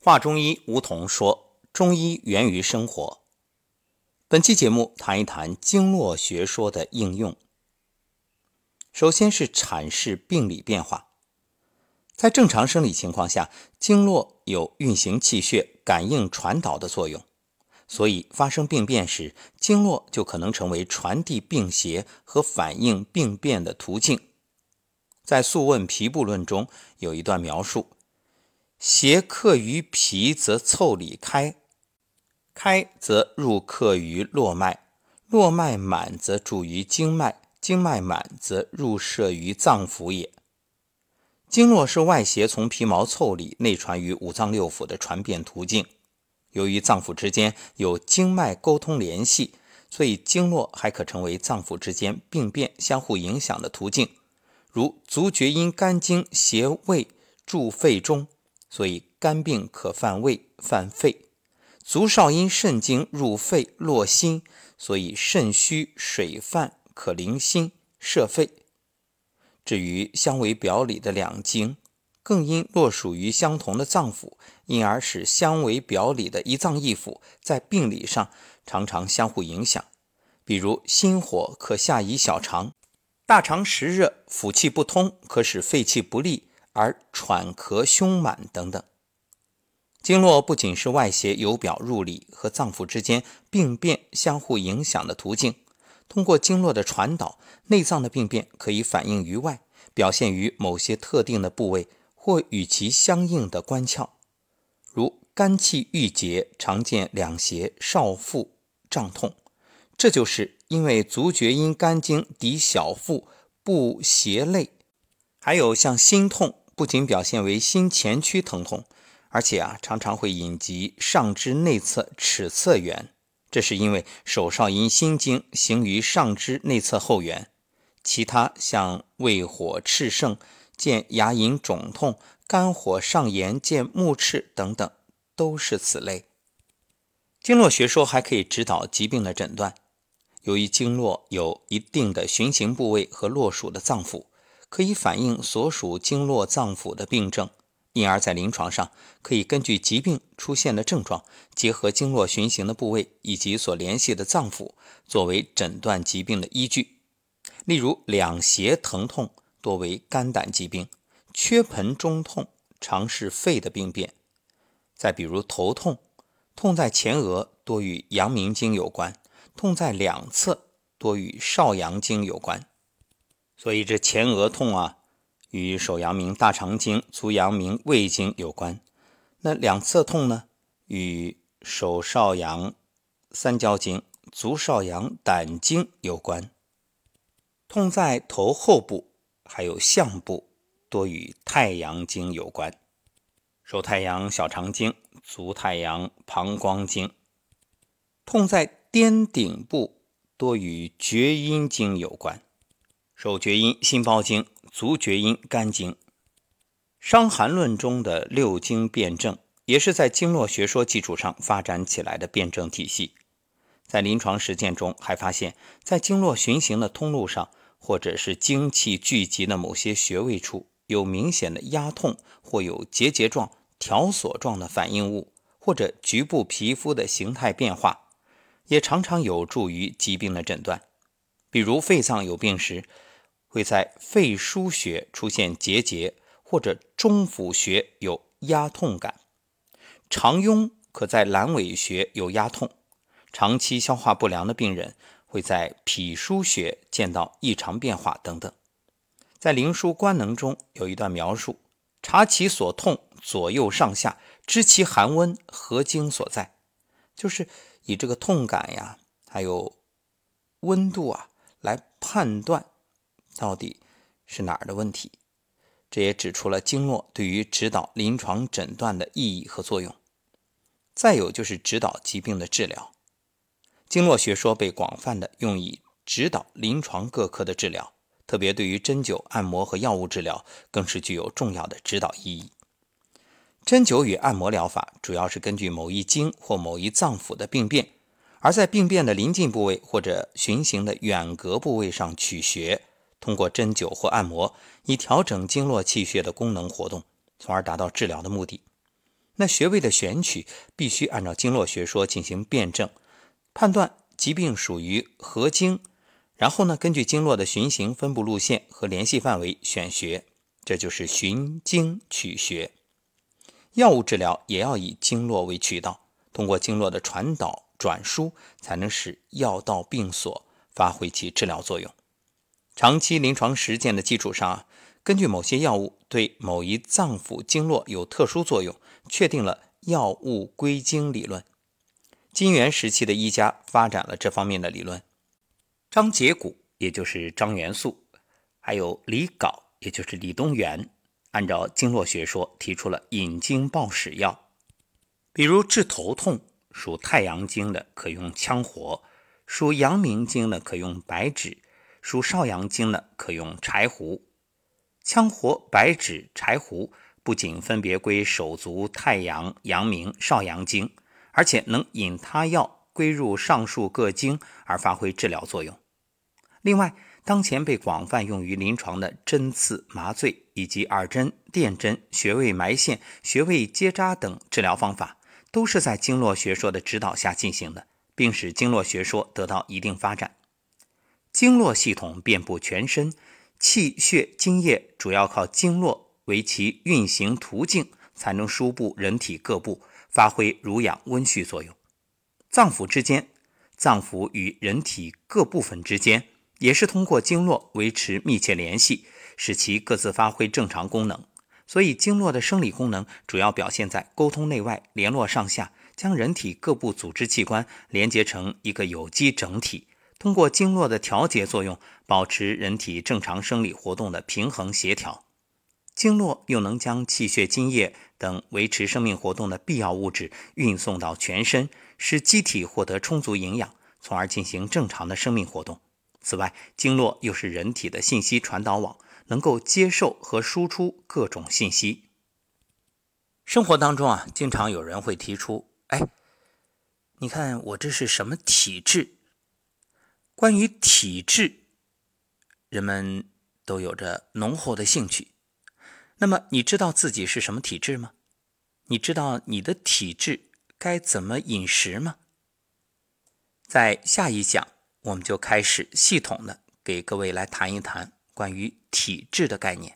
华中医吴桐说，中医源于生活。本期节目谈一谈经络学说的应用。首先是阐释病理变化。在正常生理情况下，经络有运行气血、感应传导的作用，所以发生病变时，经络就可能成为传递病邪和反映病变的途径。在《素问·皮部论》中有一段描述：邪克于皮则腠理开，开则入克于络脉，络脉满则注于经脉，经脉满则入摄于脏腑也。经络是外邪从皮毛腠理内传于五脏六腑的传变途径。由于脏腑之间有经脉沟通联系，所以经络还可成为脏腑之间病变相互影响的途径。如足厥阴肝经邪胃注肺中，所以肝病可犯胃犯肺；足少阴肾经入肺络心，所以肾虚水泛可凌心摄肺。至于相为表里的两经，更因络属于相同的脏腑，因而使相为表里的一脏一腑在病理上常常相互影响。比如心火可下移小肠，大肠实热，腑气不通，可使肺气不利而喘咳胸满等等。经络不仅是外邪由表入里和脏腑之间病变相互影响的途径，通过经络的传导，内脏的病变可以反映于外，表现于某些特定的部位或与其相应的关窍。如肝气郁结，常见两胁、少腹胀痛，这就是因为足厥阴肝经抵小腹不胁肋。还有像心痛，不仅表现为心前区疼痛，而且常常会引及上肢内侧尺侧缘，这是因为手少阴心经行于上肢内侧后缘。其他像胃火炽盛见牙龈肿痛，肝火上炎见目赤等等，都是此类。经络学说还可以指导疾病的诊断。由于经络有一定的循行部位和络属的脏腑，可以反映所属经络脏腑的病症，因而在临床上可以根据疾病出现的症状，结合经络循行的部位以及所联系的脏腑，作为诊断疾病的依据。例如两胁疼痛多为肝胆疾病，缺盆中痛常是肺的病变。再比如头痛，痛在前额多与阳明经有关，痛在两侧多与少阳经有关。所以这前额痛与手阳明大肠经、足阳明胃经有关。那两侧痛呢，与手少阳三焦经、足少阳胆经有关。痛在头后部还有项部多与太阳经有关，手太阳小肠经、足太阳膀胱经。痛在颠顶部多与厥阴经有关，手厥阴心包经、足厥阴肝经。《伤寒论》中的六经辩证也是在经络学说基础上发展起来的辩证体系。在临床实践中还发现，在经络循行的通路上，或者是精气聚集的某些穴位处有明显的压痛，或有结节状、条索状的反应物，或者局部皮肤的形态变化，也常常有助于疾病的诊断。比如肺脏有病时，会在肺腧穴出现结节，或者中府穴有压痛感。肠痈可在阑尾穴有压痛。长期消化不良的病人会在脾腧穴见到异常变化等等。在《灵枢·官能》中有一段描述：察其所痛，左右上下，知其寒温，何经所在。就是以这个痛感还有温度来判断到底是哪儿的问题。这也指出了经络对于指导临床诊断的意义和作用。再有就是指导疾病的治疗。经络学说被广泛的用以指导临床各科的治疗，特别对于针灸、按摩和药物治疗更是具有重要的指导意义。针灸与按摩疗法主要是根据某一经或某一脏腑的病变，而在病变的临近部位或者循行的远隔部位上取穴，通过针灸或按摩以调整经络气血的功能活动，从而达到治疗的目的。 那穴位的选取必须按照经络学说进行辩证，判断疾病属于何经，然后根据经络的循行分布路线和联系范围选穴，这就是循经取穴。药物治疗也要以经络为渠道，通过经络的传导转输，才能使药到病所，发挥其治疗作用。长期临床实践的基础上，根据某些药物对某一脏腑经络有特殊作用，确定了药物归经理论。金元时期的医家发展了这方面的理论。张节谷，也就是张元素，还有李杲，也就是李东垣，按照经络学说提出了引经报史药。比如治头痛，属太阳经的可用羌活，属阳明经的可用白芷，属少阳经的可用柴胡。羌活、白芷、柴胡不仅分别归手足、太阳、阳明、少阳经，而且能引他药归入上述各经而发挥治疗作用。另外，当前被广泛用于临床的针刺、麻醉以及耳针、电针、穴位埋线、穴位结扎等治疗方法，都是在经络学说的指导下进行的，并使经络学说得到一定发展。经络系统遍布全身，气血津液主要靠经络为其运行途径，才能输布人体各部，发挥濡养温煦作用。脏腑之间，脏腑与人体各部分之间，也是通过经络维持密切联系，使其各自发挥正常功能。所以经络的生理功能主要表现在沟通内外、联络上下，将人体各部组织器官连接成一个有机整体，通过经络的调节作用，保持人体正常生理活动的平衡协调。经络又能将气血津液等维持生命活动的必要物质运送到全身，使机体获得充足营养，从而进行正常的生命活动。此外，经络又是人体的信息传导网，能够接受和输出各种信息。生活当中经常有人会提出，你看我这是什么体质？关于体质，人们都有着浓厚的兴趣。那么你知道自己是什么体质吗？你知道你的体质该怎么饮食吗？在下一讲，我们就开始系统的给各位来谈一谈关于体质的概念。